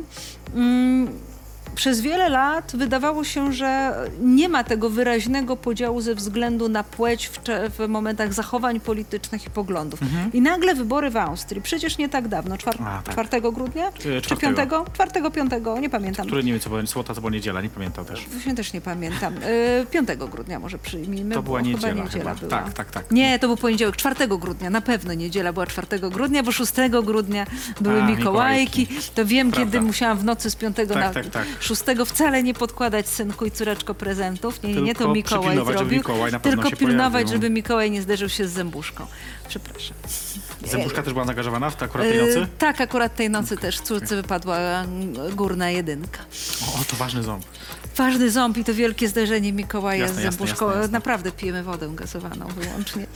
przez wiele lat wydawało się, że nie ma tego wyraźnego podziału ze względu na płeć w momentach zachowań politycznych i poglądów. I nagle wybory w Austrii, przecież nie tak dawno, 4 grudnia? Czy 5? 4, 5, nie pamiętam. Które nie wiem, co było, sobota to była niedziela, nie pamiętam też. Właśnie też nie pamiętam. 5 grudnia może przyjmijmy, To była bo niedziela chyba niedziela chyba. była. Tak. Nie, to był poniedziałek, 4 grudnia, na pewno niedziela była 4 grudnia, bo 6 grudnia były A, Mikołajki. Mikołajki. To wiem, Prawda. kiedy musiałam w nocy z 5 na tak. 6 wcale nie podkładać synku i córeczko prezentów. Nie, to Tylko Mikołaj przypilnować, żeby zrobił. Mikołaj na pewno Tylko się pilnować, pojawił. żeby Mikołaj nie zderzył się z zębuszką. Przepraszam. Zębuszka też była zaangażowana w akurat tej nocy? Tak, akurat tej nocy też córce wypadła górna jedynka. O, to ważny ząb. Ważny ząb i to wielkie zderzenie Mikołaja Jasne, z zębuszką. jasne. Naprawdę pijemy wodę gazowaną wyłącznie.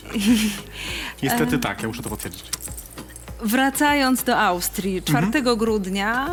Niestety tak, ja muszę to potwierdzić. Wracając do Austrii, 4 grudnia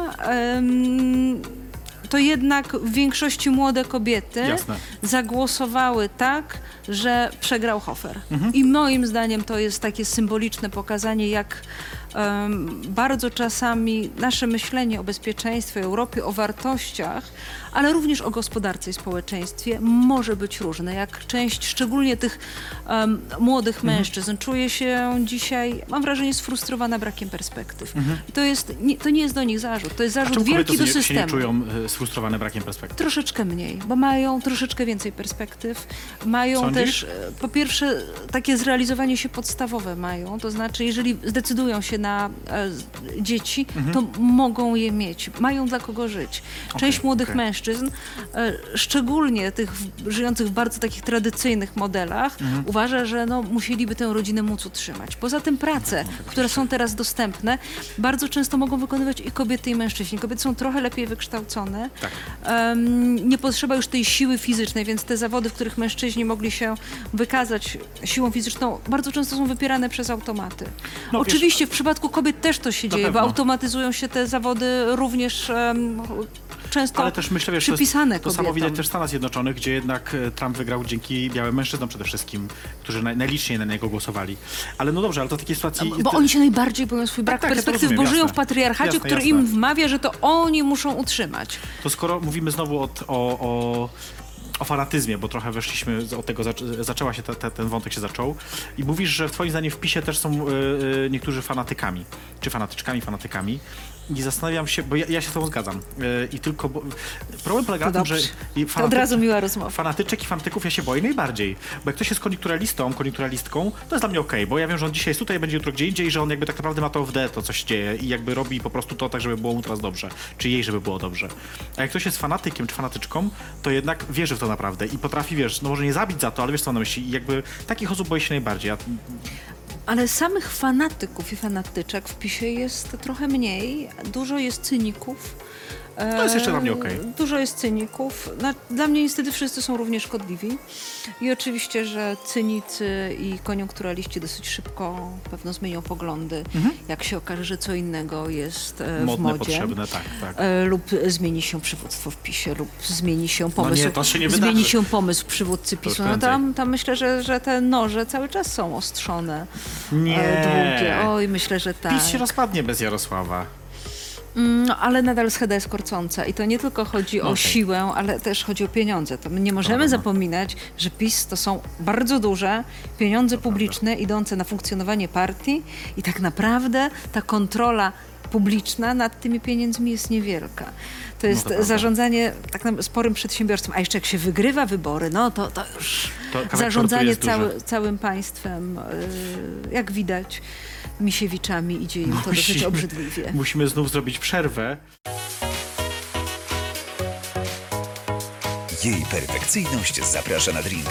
to jednak w większości młode kobiety Jasne. zagłosowały tak, że przegrał Hofer. I moim zdaniem to jest takie symboliczne pokazanie, jak bardzo czasami nasze myślenie o bezpieczeństwie Europy, o wartościach, ale również o gospodarce i społeczeństwie może być różne. Jak część, szczególnie tych młodych mężczyzn, czuje się dzisiaj, mam wrażenie, sfrustrowana brakiem perspektyw. I to nie jest do nich zarzut, to jest A zarzut czemu kobiety wielki do się nie systemu. czują sfrustrowane brakiem perspektyw? Troszeczkę mniej, bo mają troszeczkę więcej perspektyw. Mają Sądzisz? też, po pierwsze, takie zrealizowanie się podstawowe mają. To znaczy, jeżeli zdecydują się na dzieci, to mogą je mieć. Mają dla kogo żyć. Część młodych mężczyzn, szczególnie tych żyjących w bardzo takich tradycyjnych modelach, uważa, że no, musieliby tę rodzinę móc utrzymać. Poza tym prace, które są teraz dostępne, bardzo często mogą wykonywać i kobiety, i mężczyźni. Kobiety są trochę lepiej wykształcone. Tak. Nie potrzeba już tej siły fizycznej, więc te zawody, w których mężczyźni mogli się wykazać siłą fizyczną, bardzo często są wypierane przez automaty. No, Oczywiście w przypadku kobiet też to się dzieje, pewno. bo automatyzują się te zawody również często Ale też myślę, wiesz, przypisane to samo kobietom. widać też w Stanach Zjednoczonych, gdzie jednak Trump wygrał dzięki białym mężczyznom przede wszystkim, którzy najliczniej na niego głosowali. Ale no dobrze, ale to w takiej sytuacji... Bo oni się najbardziej boją swój brak tak, ja to perspektyw, rozumiem, bo żyją jasne. w patriarchacie, Jasne, który jasne. im wmawia, że to oni muszą utrzymać. To skoro mówimy znowu o fanatyzmie, bo trochę weszliśmy od tego, zaczęła się ten wątek się zaczął i mówisz, że twoim zdaniem w PiS-ie też są niektórzy fanatykami, czy fanatykami. I zastanawiam się, bo ja się z tobą zgadzam. I tylko problem polega na tym, że To od razu miła rozmowa. fanatyczek i fanatyków ja się boję najbardziej. Bo jak ktoś jest koniunkturalistką, to jest dla mnie okej, bo ja wiem, że on dzisiaj jest tutaj, będzie jutro gdzie indziej, że on jakby tak naprawdę ma to w D, to coś dzieje i jakby robi po prostu to tak, żeby było mu teraz dobrze, czy jej, żeby było dobrze. A jak ktoś jest fanatykiem czy fanatyczką, to jednak wierzy w to naprawdę i potrafi, wiesz, no może nie zabić za to, ale wiesz co na myśli. I jakby takich osób boję się najbardziej. Ale samych fanatyków i fanatyczek w PiS-ie jest trochę mniej. Dużo jest cyników. To jest jeszcze dla mnie okej. Dużo jest cyników. Dla mnie niestety wszyscy są równie szkodliwi. I oczywiście, że cynicy i koniunkturaliści dosyć szybko pewno zmienią poglądy, jak się okaże, że co innego jest w Modne, modzie. potrzebne, tak. Lub zmieni się przywództwo w PiS-ie, lub zmieni się pomysł, nie, to się nie zmieni wydarzy. się pomysł przywódcy To PiS-u. już No prędzej. tam myślę, że te noże cały czas są ostrzone. Nie. Długie. Oj, myślę, że tak. PiS się rozpadnie bez Jarosława. No, ale nadal scheda jest korcąca i to nie tylko chodzi o Okej. siłę, ale też chodzi o pieniądze. To my nie możemy zapominać, że PiS to są bardzo duże pieniądze publiczne idące na funkcjonowanie partii i tak naprawdę ta kontrola publiczna nad tymi pieniędzmi jest niewielka. To jest prawda. zarządzanie tak sporym przedsiębiorstwem, a jeszcze jak się wygrywa wybory, no to już To kawałek zarządzanie tortu jest duży. całym państwem, jak widać, Misiewiczami idzie im to dosyć obrzydliwie. Musimy znów zrobić przerwę. Jej perfekcyjność zaprasza na drinka.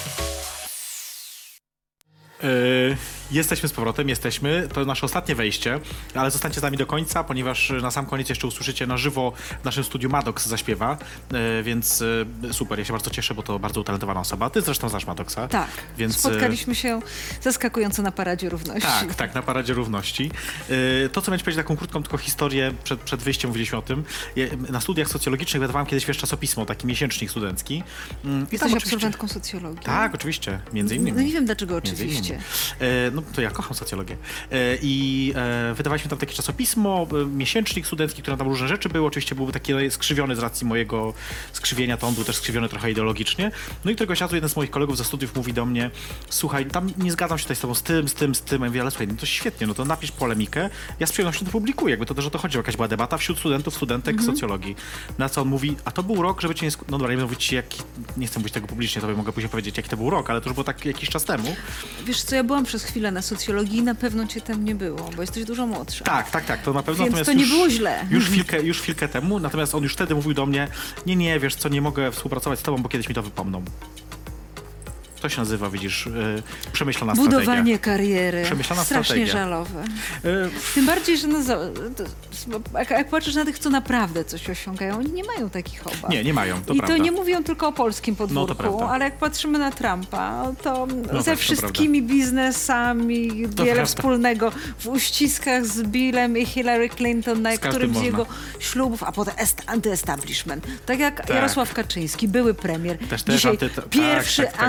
Jesteśmy z powrotem, to nasze ostatnie wejście, ale zostańcie z nami do końca, ponieważ na sam koniec jeszcze usłyszycie na żywo w naszym studiu Maddox zaśpiewa, więc super, ja się bardzo cieszę, bo to bardzo utalentowana osoba. Ty zresztą znasz Maddoxa. Tak, Więc, spotkaliśmy się zaskakująco na Paradzie Równości. Tak, na Paradzie Równości. To, co miałem ci powiedzieć, taką krótką tylko historię, przed wyjściem mówiliśmy o tym. Na studiach socjologicznych wydawałem kiedyś, wiesz, czasopismo, taki miesięcznik studencki. I tam Jesteś oczywiście- absolwentką socjologii. Tak, oczywiście, między innymi. No nie wiem dlaczego Między oczywiście. innymi. No to ja kocham socjologię. I wydawaliśmy tam takie czasopismo, miesięcznik studencki, które tam różne rzeczy były. Oczywiście byłby taki skrzywiony z racji mojego skrzywienia, to on był też skrzywiony trochę ideologicznie. No i któregoś razu jeden z moich kolegów ze studiów mówi do mnie: słuchaj, tam nie zgadzam się tutaj z tobą, z tym. Ja mówię: ale słuchaj, no to świetnie, no to napisz polemikę, ja z przyjemnością to publikuję. Jakby to też o to chodzi, jakaś była debata wśród studentów, studentek socjologii. Na co on mówi: a to był rok, żeby cię nie... No dobra, nie będę mówić ci, nie chcę mówić tego publicznie, to mogę później powiedzieć, jaki to był rok, ale to już było tak jakiś czas temu. Wiesz co, ja byłam przez chwilę na socjologii i na pewno cię tam nie było, bo jesteś dużo młodsza. Tak, to na pewno. Więc Natomiast to nie było źle. Już chwilkę temu, natomiast on już wtedy mówił do mnie: nie, wiesz co, nie mogę współpracować z tobą, bo kiedyś mi to wypomną. To się nazywa, widzisz, przemyślana Budowanie strategia. kariery. Przemyślana Strasznie strategia. żalowe. Y, Tym bardziej, że jak patrzysz na tych, co naprawdę coś osiągają, oni nie mają takich obaw. Nie mają, to I prawda. to nie mówią tylko o polskim podwórku, prawda. ale jak patrzymy na Trumpa, to tak, ze to wszystkimi biznesami wiele prawda. wspólnego w uściskach z Billem i Hillary Clinton na każdym którymś z można. jego ślubów, a potem antyestablishment. Tak jak Jarosław Kaczyński, były premier, Też dzisiaj tak, pierwszy tak. antyestablishment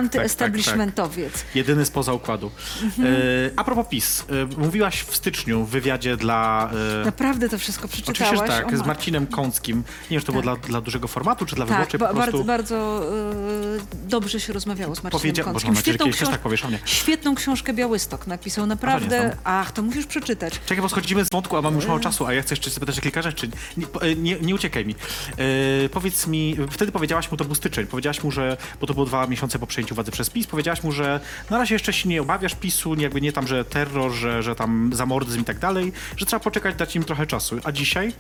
establishmentowiec. Jedyny spoza układu. A propos PiS, mówiłaś w styczniu w wywiadzie dla... Naprawdę to wszystko przeczytałaś? Oczywiście, że tak, O z matko. Marcinem Kąckim. Nie wiem, czy to było dla dużego formatu, czy dla Tak, wyborczej po prostu. bardzo, bardzo dobrze się rozmawiało z Marcinem Boże, Kąckim. mam nadzieję, że kiedyś też tak powiesz o mnie. Świetną książkę Białystok napisał, nie naprawdę. znam. Ach, to musisz przeczytać. Czekaj, bo schodzimy z wątku, a mamy już mało czasu, a ja chcę jeszcze zapytać o kilka rzeczy. Nie uciekaj mi. Powiedz mi, wtedy powiedziałaś mu, to był styczeń, powiedziałaś mu, że, bo to było 2 miesiące po przejęciu władzy przez PiS, powiedziałaś mu, że na razie jeszcze się nie obawiasz PiS-u, jakby nie tam, że terror, że tam zamordyzm i tak dalej, że trzeba poczekać, dać im trochę czasu. A dzisiaj?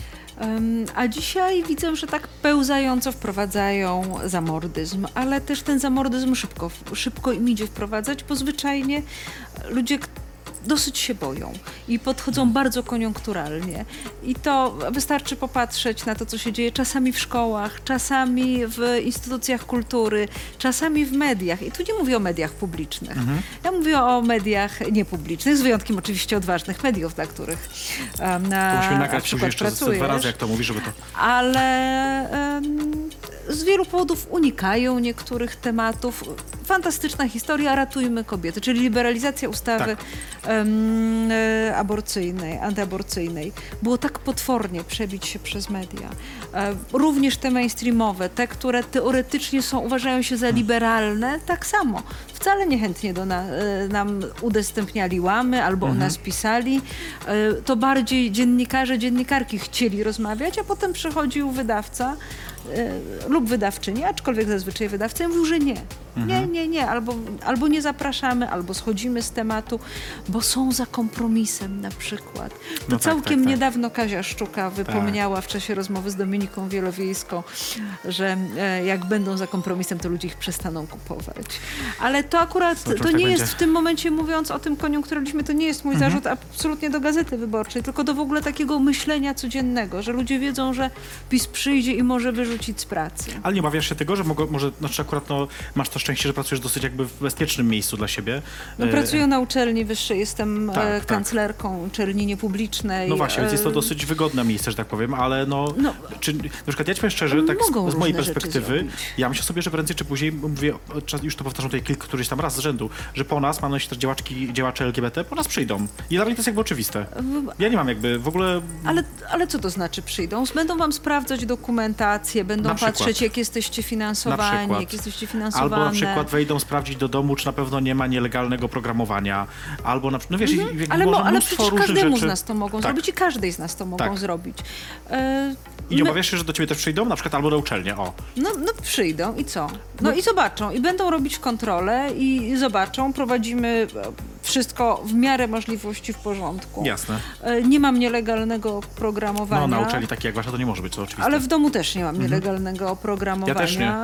A dzisiaj widzę, że tak pełzająco wprowadzają zamordyzm, ale też ten zamordyzm szybko im idzie wprowadzać, bo zwyczajnie ludzie dosyć się boją i podchodzą bardzo koniunkturalnie. I to wystarczy popatrzeć na to, co się dzieje czasami w szkołach, czasami w instytucjach kultury, czasami w mediach. I tu nie mówię o mediach publicznych. Ja mówię o mediach niepublicznych, z wyjątkiem oczywiście odważnych mediów, dla których To musimy na nagrać później przykład jeszcze 2 razy, pracujesz. jak to mówisz, żeby to... Ale z wielu powodów unikają niektórych tematów. Fantastyczna historia, ratujmy kobiety, czyli liberalizacja ustawy aborcyjnej, antyaborcyjnej. Było tak potwornie przebić się przez media. Również te mainstreamowe, te, które teoretycznie uważają się za liberalne, tak samo. Wcale niechętnie nam udostępniali łamy albo o nas pisali. To bardziej dziennikarze, dziennikarki chcieli rozmawiać, a potem przychodził wydawca lub wydawczyni, aczkolwiek zazwyczaj wydawca, mówił, że nie. Nie, albo nie zapraszamy, albo schodzimy z tematu, bo są za kompromisem na przykład. To No tak, całkiem tak. niedawno Kazia Szczuka wypomniała w czasie rozmowy z Dominiką Wielowiejską, że jak będą za kompromisem, to ludzie ich przestaną kupować. Ale to akurat, Zobaczymy, to tak nie jest będzie. w tym momencie, mówiąc o tym koniunkturalizmie, to nie jest mój zarzut absolutnie do Gazety Wyborczej, tylko do w ogóle takiego myślenia codziennego, że ludzie wiedzą, że PiS przyjdzie i może wyrzucić z pracy. Ale nie obawiasz się tego, że może, znaczy akurat masz to szczęście, że pracujesz dosyć jakby w bezpiecznym miejscu dla siebie. No, pracuję na uczelni wyższej, jestem Tak. kanclerką uczelni niepublicznej. No właśnie, więc jest to dosyć wygodne miejsce, że tak powiem, ale czy, na przykład ja ci powiem szczerze, tak Mogą z mojej różne rzeczy perspektywy, zrobić. ja myślę sobie, że prędzej czy później, mówię, już to powtarzam tutaj któryś tam raz z rzędu, że po nas, mam na myśli też działacze LGBT, po nas przyjdą. I dla mnie to jest jakby oczywiste. Ja nie mam jakby w ogóle... Ale co to znaczy przyjdą? Będą wam sprawdzać dokumentację, będą Na przykład. patrzeć, jak jesteście Na finansowani, przykład. jak jesteście finansowane. Albo na przykład wejdą sprawdzić do domu, czy na pewno nie ma nielegalnego programowania, albo na przykład, no wiesz, Ale można ale mnóstwo przecież różnych każdemu rzeczy. z nas to mogą Tak. zrobić i każdej z nas to mogą Tak. zrobić. I nie obawiasz się, że do ciebie też przyjdą, na przykład albo do uczelni, o. No przyjdą i co? No i zobaczą. I będą robić kontrolę i zobaczą. Prowadzimy wszystko w miarę możliwości w porządku. Jasne. Nie mam nielegalnego oprogramowania. No na uczelni takie jak wasza to nie może być, to oczywiste. Ale w domu też nie mam nielegalnego oprogramowania. Ja też nie.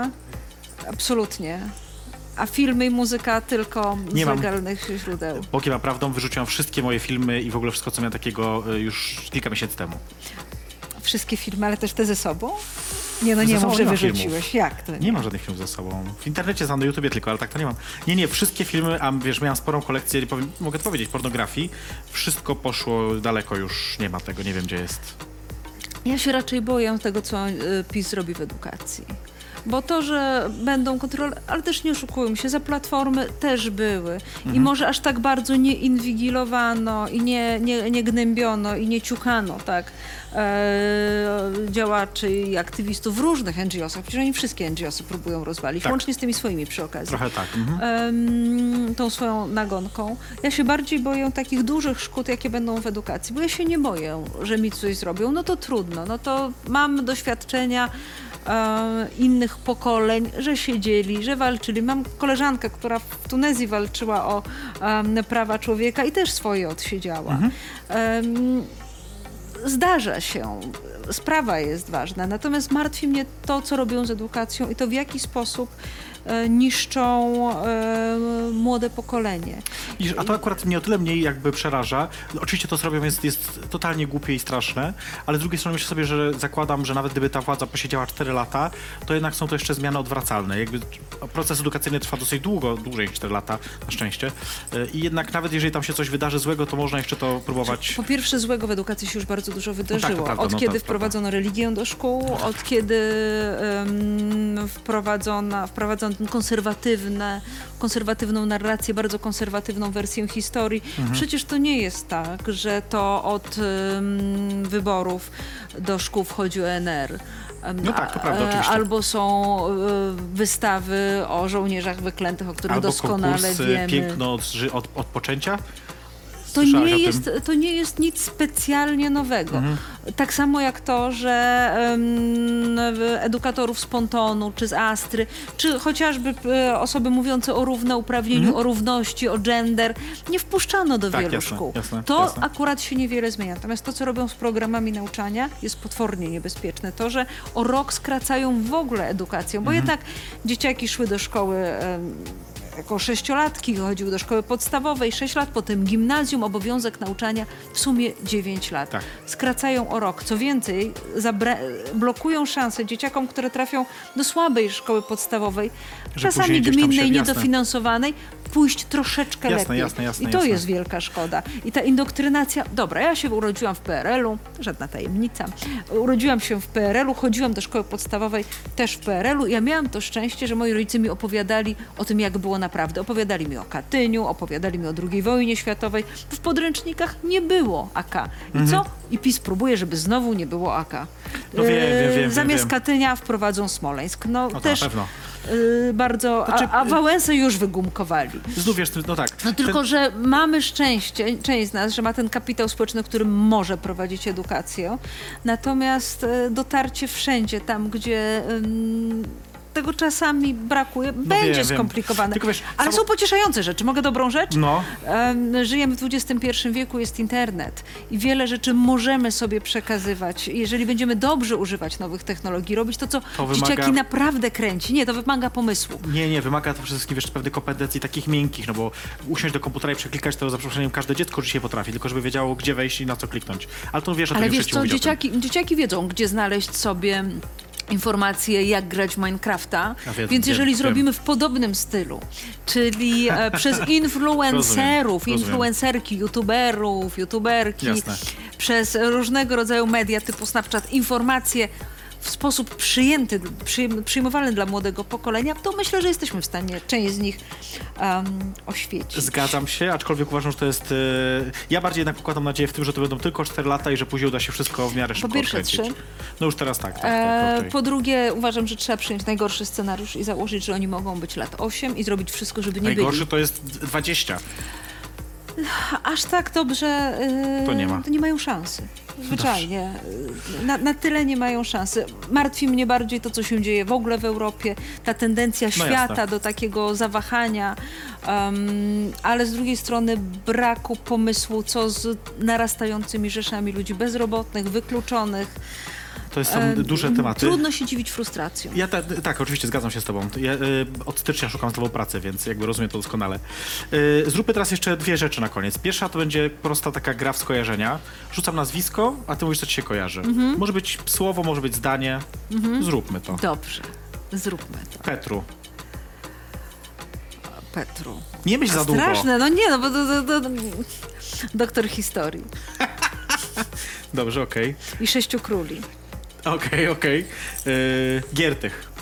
Absolutnie. A filmy i muzyka tylko Nie z mam. legalnych źródeł. Bogiem a prawdą wyrzuciłam wszystkie moje filmy i w ogóle wszystko, co miałem takiego już kilka miesięcy temu. Wszystkie filmy, ale też te ze sobą? Nie, no Ze nie sobą mów, że nie ma wyrzuciłeś. filmów. Jak to? Nie mam żadnych filmów ze sobą. W internecie znam, na YouTubie tylko, ale tak to nie mam. Nie, wszystkie filmy, a wiesz, miałam sporą kolekcję, mogę to powiedzieć, pornografii. Wszystko poszło daleko, już nie ma tego, nie wiem gdzie jest. Ja się raczej boję tego, co PiS robi w edukacji. Bo to, że będą kontrole, ale też nie oszukujmy się, za Platformy też były. I może aż tak bardzo nie inwigilowano i nie gnębiono i nie ciuchano tak działaczy i aktywistów w różnych NGO-sach. Przecież oni wszystkie NGO-sy próbują rozwalić, Tak. łącznie z tymi swoimi przy okazji. Trochę tak. Tą swoją nagonką. Ja się bardziej boję takich dużych szkód, jakie będą w edukacji, bo ja się nie boję, że mi coś zrobią. No to trudno, no to mam doświadczenia innych pokoleń, że siedzieli, że walczyli. Mam koleżankę, która w Tunezji walczyła o prawa człowieka i też swoje odsiedziała. Zdarza się. Sprawa jest ważna. Natomiast martwi mnie to, co robią z edukacją i to, w jaki sposób niszczą młode pokolenie. A to akurat mnie o tyle mniej jakby przeraża. No, oczywiście to, co robią, jest totalnie głupie i straszne, ale z drugiej strony myślę sobie, że zakładam, że nawet gdyby ta władza posiedziała 4 lata, to jednak są to jeszcze zmiany odwracalne. Jakby proces edukacyjny trwa dosyć długo, dłużej niż 4 lata, na szczęście. I jednak nawet jeżeli tam się coś wydarzy złego, to można jeszcze to próbować... Po pierwsze, złego w edukacji się już bardzo dużo wydarzyło. prawda, Od no kiedy tak, prawda. wprowadzono religię do szkół, od kiedy wprowadzono tą konserwatywną narrację, bardzo konserwatywną wersję historii. Przecież to nie jest tak, że to od wyborów do szkół wchodzi ONR. No tak, to prawda, oczywiście. Albo są wystawy o żołnierzach wyklętych, o których Albo doskonale konkursy wiemy. Piękno od poczęcia. To Słyszałeś nie, o tym? to nie jest nic specjalnie nowego. Tak samo jak to, że edukatorów z Pontonu, czy z Astry, czy chociażby osoby mówiące o równouprawnieniu, o równości, o gender, nie wpuszczano do Tak, wielu jasne, szkół. jasne, To jasne. akurat się niewiele zmienia. Natomiast to, co robią z programami nauczania, jest potwornie niebezpieczne. To, że o rok skracają w ogóle edukację, bo jednak dzieciaki szły do szkoły jako 6-latki, chodziły do szkoły podstawowej 6 lat, potem gimnazjum, obowiązek nauczania w sumie 9 lat. Tak. Skracają o rok. Co więcej, blokują szanse dzieciakom, które trafią do słabej szkoły podstawowej, Że czasami później gdzieś tam gminnej, się- jasne. niedofinansowanej, pójść troszeczkę Jasne, lepiej. jasne, I to jasne. jest wielka szkoda. I ta indoktrynacja, dobra, ja się urodziłam w PRL-u, żadna tajemnica. Urodziłam się w PRL-u, chodziłam do szkoły podstawowej też w PRL-u. Ja miałam to szczęście, że moi rodzice mi opowiadali o tym, jak było naprawdę. Opowiadali mi o Katyniu, opowiadali mi o II wojnie światowej. W podręcznikach nie było AK. I co? I PiS próbuje, żeby znowu nie było AK. No wiem, Zamiast wiem. Katynia wprowadzą Smoleńsk. No to też na pewno. bardzo... Znaczy, a Wałęsę już wygumkowali. Znów wiesz, no tak. No tylko, że mamy szczęście, część z nas, że ma ten kapitał społeczny, który może prowadzić edukację. Natomiast dotarcie wszędzie, tam gdzie tego czasami brakuje, będzie wiem. skomplikowane. Tylko wiesz, Ale są pocieszające rzeczy. Mogę dobrą rzecz? No. Żyjemy w XXI wieku, jest internet i wiele rzeczy możemy sobie przekazywać. Jeżeli będziemy dobrze używać nowych technologii, robić to, co To dzieciaki wymaga- naprawdę kręci. Nie, to wymaga pomysłu. Nie, wymaga to przede wszystkim wiesz, pewnych kompetencji takich miękkich, no bo usiąść do komputera i przeklikać to za przeproszeniem każde dziecko dzisiaj potrafi, tylko żeby wiedziało, gdzie wejść i na co kliknąć. Ale to wiesz, o Ale tym wiesz już ci co, mówię o tym. dzieciaki wiedzą, gdzie znaleźć sobie informacje, jak grać w Minecrafta, A wiem, więc jeżeli wiem. zrobimy w podobnym stylu, czyli przez influencerów, Rozumiem. influencerki, youtuberów, youtuberki, Jasne. przez różnego rodzaju media typu Snapchat, informacje w sposób przyjmowalny dla młodego pokolenia, to myślę, że jesteśmy w stanie część z nich oświecić. Zgadzam się, aczkolwiek uważam, że to jest... Ja bardziej jednak pokładam nadzieję w tym, że to będą tylko 4 lata i że później uda się wszystko w miarę szybko pierwsze odkręcić. 3. No już teraz tak. okej. Po drugie, uważam, że trzeba przyjąć najgorszy scenariusz i założyć, że oni mogą być lat 8 i zrobić wszystko, żeby nie Najgorszy byli. to jest 20. Aż tak dobrze To nie ma. to nie mają szansy. Zwyczajnie. Na tyle nie mają szansy. Martwi mnie bardziej to, co się dzieje w ogóle w Europie, ta tendencja świata jasne. do takiego zawahania, ale z drugiej strony braku pomysłu, co z narastającymi rzeszami ludzi bezrobotnych, wykluczonych. To są duże tematy. Trudno się dziwić frustracją. Ja tak, oczywiście zgadzam się z tobą. Ja od stycznia szukam z tobą pracy, więc jakby rozumiem to doskonale. Zróbmy teraz jeszcze 2 rzeczy na koniec. Pierwsza to będzie prosta taka gra w skojarzenia. Rzucam nazwisko, a ty mówisz, co ci się kojarzy. Może być słowo, może być zdanie. Zróbmy to. Dobrze, zróbmy to. Petru. Nie myśl za długo. Straszne, no nie, no bo to doktor historii Dobrze, okej. i 6 króli. Okej. Giertych.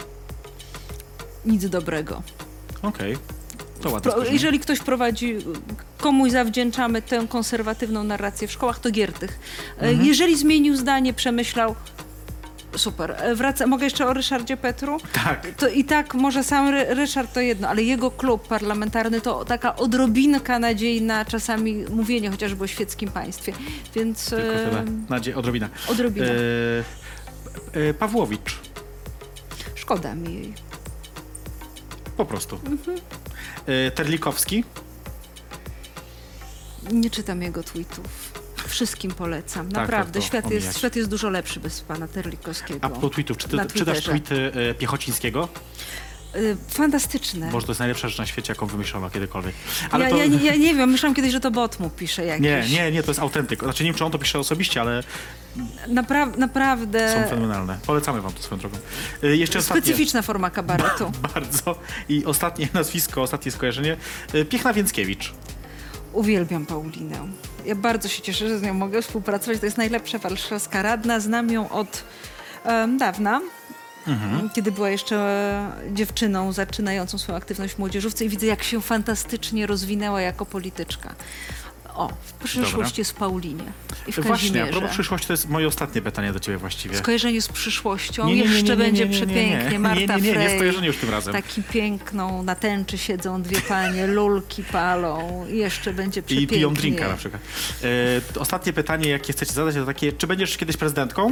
Nic dobrego. Okej. To ładne spojrzenie. Jeżeli ktoś prowadzi, komuś zawdzięczamy tę konserwatywną narrację w szkołach, to Giertych. Jeżeli zmienił zdanie, przemyślał, super. Mogę jeszcze o Ryszardzie Petru? Tak. To i tak może sam Ryszard to jedno, ale jego klub parlamentarny to taka odrobinka nadziei na czasami mówienie chociażby o świeckim państwie. Więc Tylko tyle. Odrobina. odrobina. Pawłowicz. Szkoda mi jej. Po prostu. Terlikowski. Nie czytam jego tweetów. Wszystkim polecam. Naprawdę. to omijać. Świat jest dużo lepszy bez pana Terlikowskiego. A po tweetów, Na czytasz Twitterze. tweety Piechocińskiego? Fantastyczne. Może to jest najlepsza rzecz na świecie, jaką wymyślono kiedykolwiek. Ale Ja nie wiem, myślałam kiedyś, że to bot mu pisze jakiś. Nie, to jest autentyk. Znaczy nie wiem, czy on to pisze osobiście, ale Naprawdę są fenomenalne. Polecamy wam to swoją drogą. Jeszcze ostatnie. specyficzna forma kabaretu. Bardzo. I ostatnie nazwisko, ostatnie skojarzenie. Piechna Więckiewicz. Uwielbiam Paulinę. Ja bardzo się cieszę, że z nią mogę współpracować. To jest najlepsza warszawska radna. Znam ją od dawna, kiedy była jeszcze dziewczyną zaczynającą swoją aktywność w młodzieżówce i widzę, jak się fantastycznie rozwinęła jako polityczka. O, w przyszłość jest w Paulinie i w Właśnie, a Kazimierze. propos przyszłości, to jest moje ostatnie pytanie do ciebie właściwie. Skojarzenie z przyszłością Nie, nie, nie, nie, jeszcze nie, nie, będzie nie, nie, nie. przepięknie. Marta nie Frey, skojarzenie już tym razem. taki piękną, na tęczy siedzą dwie panie, lulki palą i jeszcze będzie I przepięknie. piją drinka na przykład. Ostatnie pytanie, jakie chcecie zadać, to takie, czy będziesz kiedyś prezydentką?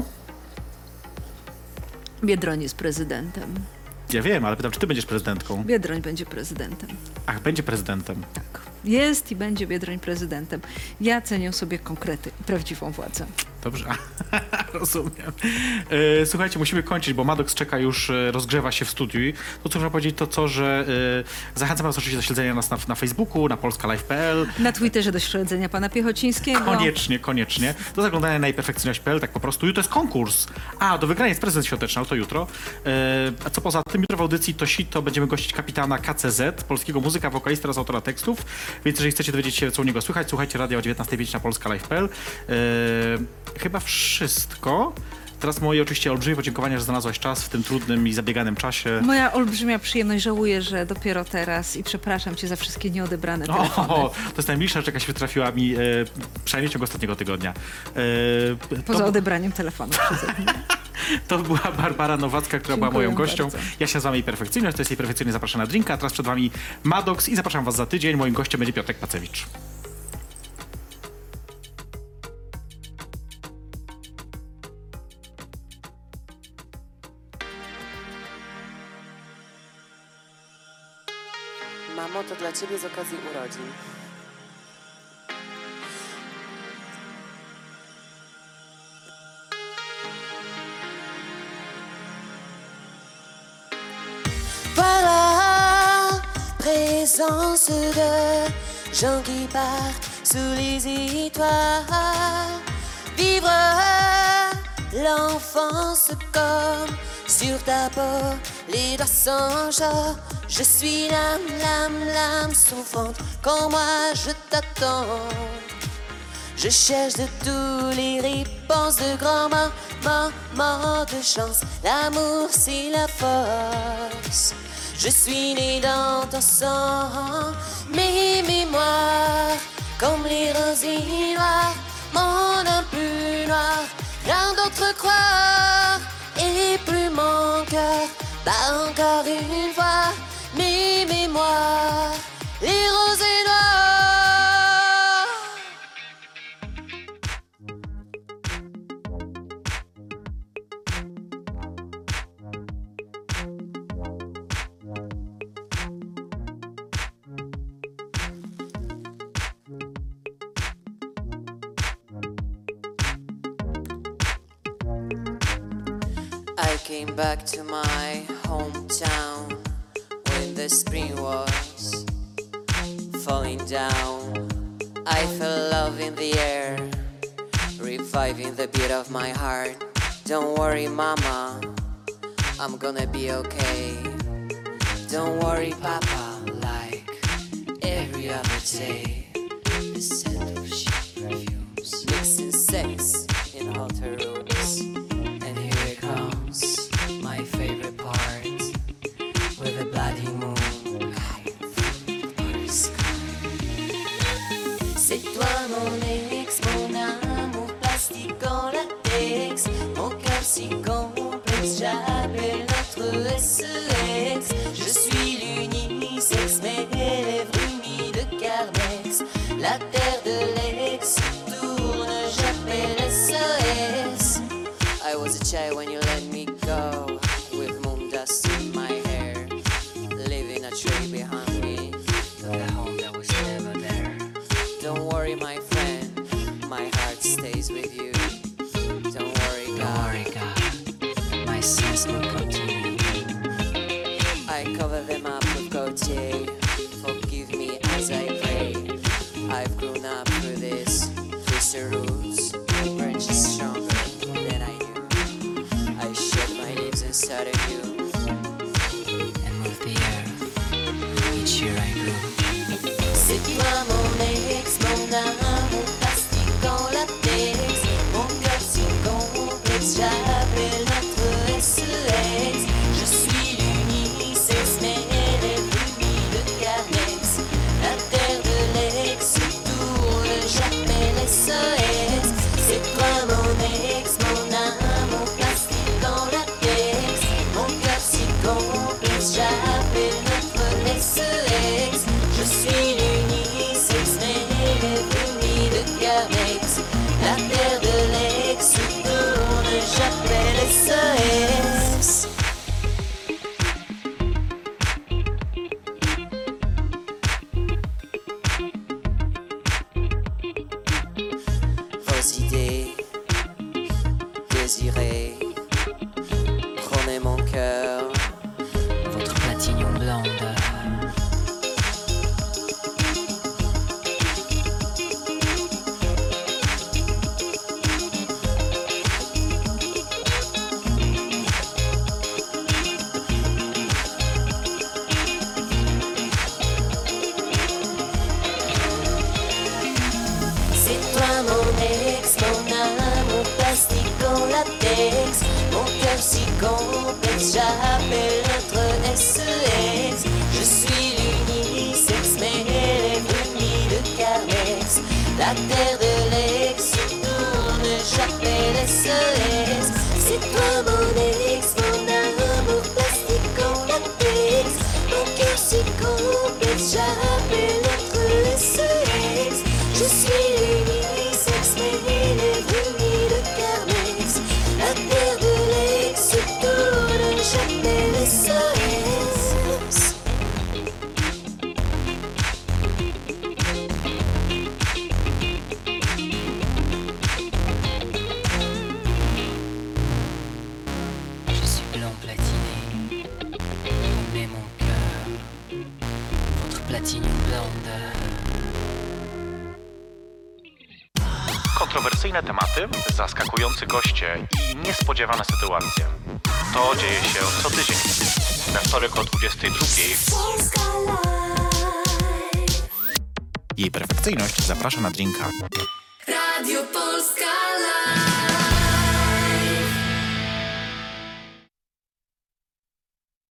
Biedroń jest prezydentem. Ja wiem, ale pytam, czy ty będziesz prezydentką? Biedroń będzie prezydentem. Ach, będzie prezydentem. Tak. Jest i będzie Biedroń prezydentem. Ja cenię sobie konkrety i prawdziwą władzę. Dobrze, rozumiem. Słuchajcie, musimy kończyć, bo Maddox czeka już, rozgrzewa się w studiu. To co można powiedzieć, to co, że zachęcam was oczywiście do śledzenia nas na Facebooku, na polskalive.pl. Na Twitterze do śledzenia pana Piechocińskiego. Koniecznie. Do zaglądania na perfekcyjność.pl, tak po prostu. Jutro jest konkurs. Do wygrania jest prezent świąteczny, ale to jutro. A co poza tym, jutro w audycji to będziemy gościć kapitana KCZ, polskiego muzyka, wokalista oraz autora tekstów. Więc jeżeli chcecie dowiedzieć się, co u niego słychać, słuchajcie radia o 19:05 na polskalive.pl. Chyba wszystko. Teraz moje oczywiście olbrzymie podziękowania, że znalazłaś czas w tym trudnym i zabieganym czasie. Moja olbrzymia przyjemność, żałuję, że dopiero teraz i przepraszam cię za wszystkie nieodebrane telefony. To jest najmilsza rzecz, jaka się wytrafiła mi przynajmniej w ciągu ostatniego tygodnia. Poza odebraniem telefonu przeze mnie. To była Barbara Nowacka, która była Dziękuję moją gością. bardzo. Ja się nazywam jej Perfekcyjność, to jest jej Perfekcyjnie zapraszam na drinka, a teraz przed wami Maddox i zapraszam was za tydzień. Moim gościem będzie Piotrek Pacewicz. Mamo, to dla ciebie z okazji urodzin. Par la présence de gens qui partent sous les étoiles, vivre l'enfance comme sur ta peau, les doigts sans genre. Je suis l'âme souffrante. Quand moi je t'attends, je cherche de tous les réponses de grands moments de chance. L'amour c'est la force. Je suis né dans ton sang. Mes mémoires comme les rosiers noirs, mon âme plus noire, rien d'autre croire. Et plus mon cœur bat encore une fois. Mes mémoires, les rosés noirs. I came back to my hometown when the spring was falling down. I felt love in the air, reviving the beat of my heart. Don't worry, mama, I'm gonna be okay. Don't worry, papa, like every other day. The scent of cheap perfumes, mixing sex in hotel rooms. And here it comes, my favorite part, with a bloody moon. C'est toi mon ex, mon amour plastique en latex. Mon cœur si complexe, j'appelle notre SEX. Je suis l'unisex, mes lèvres humides de Carmex. La terre de l'ex tourne, j'appelle SOS. I was a child when you let me go, with moon dust in my hair, leaving a trail behind me, the home that was never there. Don't worry, my friend, my heart stays with you. Don't worry, God, my sins will continue. I cover them up with Gautier, forgive me as I pray. I've grown up with this, twisted roots, branches stronger than I knew. I shed my leaves inside of you, and with the earth, each year I grew. C'est toi mon ex, La terre de l'ex tourne, j'appelle SOS. Vos idées désirées, prenez mon cœur, votre platinium blonde. C'est toi mon ex, mon âme, mon plastique en latex, mon cœur si complexe, j'appelle notre SEX. Je suis l'unisex, mes lèvres unies de Carmex. La terre de l'ex tourne, j'appelle SES. C'est toi mon ex, mon amour plastique en latex, mon cœur si complexe, j'appelle notre SEX. Je suis l'unisex, mes lèvres unies de Carmex. La terre de l'ex tourne, j'appelle SOS. Je suis blanc platiné, prenez mon cœur, votre platinium blonde. Kontrowersyjne tematy, zaskakujący goście i niespodziewane sytuacje. To dzieje się co tydzień. Na wtorek o 22:00. Polska Live. Jej perfekcyjność zaprasza na drinka. Radio Polska